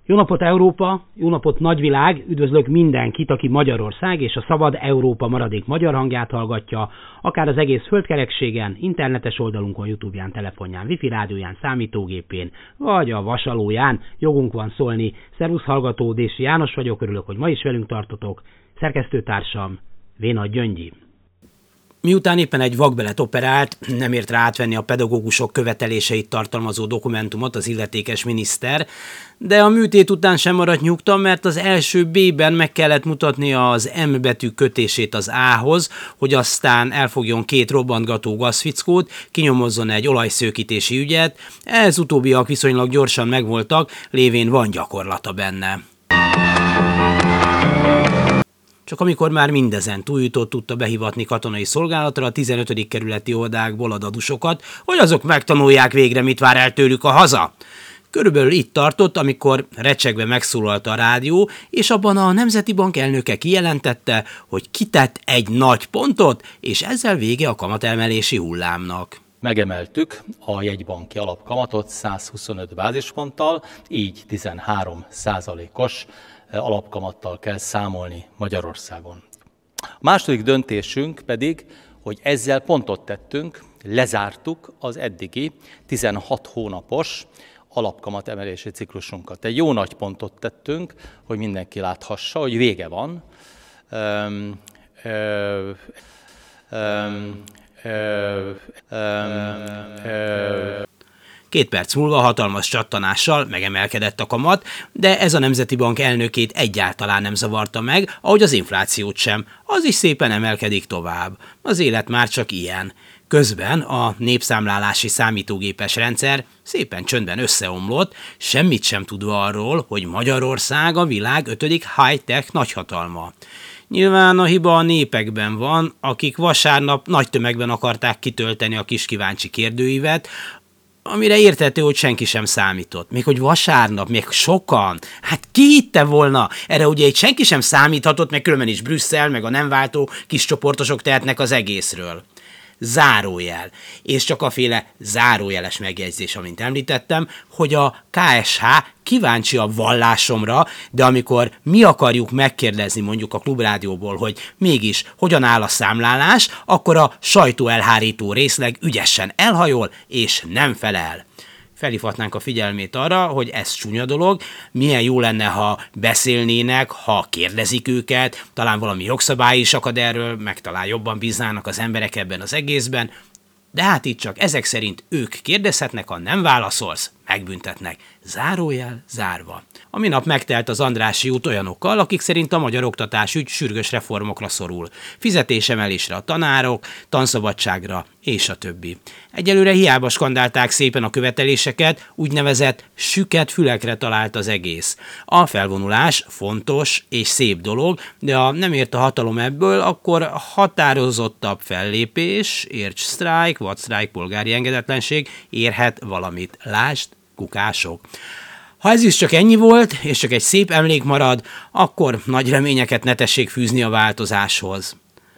Jó napot Európa, jó napot nagyvilág, üdvözlök mindenkit, aki Magyarország és a Szabad Európa maradék magyar hangját hallgatja, akár az egész földkerekségen, internetes oldalunkon, YouTube-ján, telefonján, wifi rádióján, számítógépén, vagy a vasalóján. Jogunk van szólni. Szervusz hallgató, Dési János vagyok, örülök, hogy ma is velünk tartotok. Szerkesztőtársam Vénagy Gyöngyi. Miután éppen egy vakbelet operált, nem ért rá átvenni a pedagógusok követeléseit tartalmazó dokumentumot az illetékes miniszter, de a műtét után sem maradt nyugta, mert az első B-ben meg kellett mutatni az M betű kötését az A-hoz, hogy aztán elfogjon két robbantgató gazfickót, kinyomozzon egy olajszőkítési ügyet. Ez utóbbiak viszonylag gyorsan megvoltak, lévén van gyakorlata benne. Csak amikor már mindezen túljutott, tudta behivatni katonai szolgálatra a 15. kerületi óvodákból a dadusokat, hogy azok megtanulják végre, mit vár el tőlük a haza. Körülbelül itt tartott, amikor recsegve megszólalt a rádió, és abban a Nemzeti Bank elnöke kijelentette, hogy kitett egy nagy pontot, és ezzel vége a kamatelemelési hullámnak. Megemeltük a jegybanki alapkamatot 125 bázisponttal, így 13%-os alapkamattal kell számolni Magyarországon. A második döntésünk pedig, hogy ezzel pontot tettünk, lezártuk az eddigi 16 hónapos alapkamat emelési ciklusunkat. Egy jó nagy pontot tettünk, hogy mindenki láthassa, hogy vége van. 2 perc múlva hatalmas csattanással megemelkedett a kamat, de ez a Nemzeti Bank elnökét egyáltalán nem zavarta meg, ahogy az inflációt sem. Az is szépen emelkedik tovább. Az élet már csak ilyen. Közben a népszámlálási számítógépes rendszer szépen csöndben összeomlott, semmit sem tudva arról, hogy Magyarország a világ 5. high-tech nagyhatalma. Nyilván a hiba a népekben van, akik vasárnap nagy tömegben akarták kitölteni a kis kíváncsi kérdőívet, amire érthető, hogy senki sem számított. Még hogy vasárnap, még sokan. Hát ki hitte volna? Erre ugye itt senki sem számíthatott, meg különben is Brüsszel, meg a nem váltó kis csoportosok tehetnek az egészről. Zárójel. És csak aféle zárójeles megjegyzés, amint említettem, hogy a KSH kíváncsi a vallásomra, de amikor mi akarjuk megkérdezni mondjuk a Klubrádióból, hogy mégis hogyan áll a számlálás, akkor a sajtóelhárító részleg ügyesen elhajol és nem felel. Felhívhatnánk a figyelmét arra, hogy ez csúnya dolog, milyen jó lenne, ha beszélnének, ha kérdezik őket, talán valami jogszabály is akad erről, meg talán jobban bíznának az emberek ebben az egészben, de hát itt csak ezek szerint ők kérdezhetnek, ha nem válaszolsz, megbüntetnek. Zárójel zárva. A minap megtelt az Andrássy út olyanokkal, akik szerint a magyar oktatásügy sürgős reformokra szorul. Fizetésemelésre a tanárok, tanszabadságra és a többi. Egyelőre hiába skandálták szépen a követeléseket, úgynevezett süket fülekre talált az egész. A felvonulás fontos és szép dolog, de ha nem ért a hatalom ebből, akkor határozottabb fellépés, érts sztrájk, vadsztrájk, polgári engedetlenség érhet valamit. Lásd, kukások. Ha ez is csak ennyi volt, és csak egy szép emlék marad, akkor nagy reményeket ne tessék fűzni a változáshoz.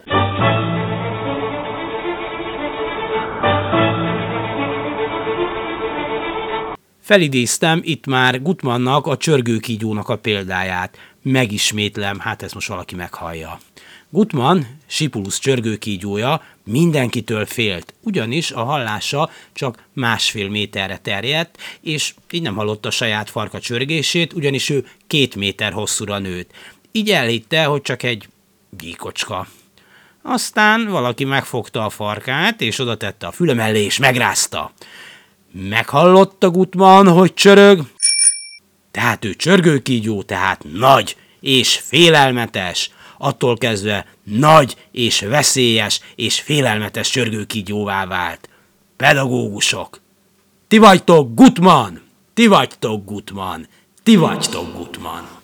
Felidéztem itt már Gutmannnak, a csörgőkígyónak a példáját. Megismétlem, hát ezt most valaki meghallja. Gutmann, Sipulus csörgőkígyója mindenkitől félt, ugyanis a hallása csak 1,5 méterre terjedt, és így nem hallotta saját farka csörgését, ugyanis ő 2 méter hosszúra nőtt. Így elhitte, hogy csak egy gyíkocska. Aztán valaki megfogta a farkát, és oda tette a füle mellé, és megrázta. Meghallotta Gutmann, hogy csörög? Tehát ő csörgőkígyó, tehát nagy és félelmetes. Attól kezdve nagy és veszélyes és félelmetes csörgőkígyóvá vált. Pedagógusok! Ti vagytok Gutmann! Ti vagytok Gutmann! Ti vagytok Gutmann!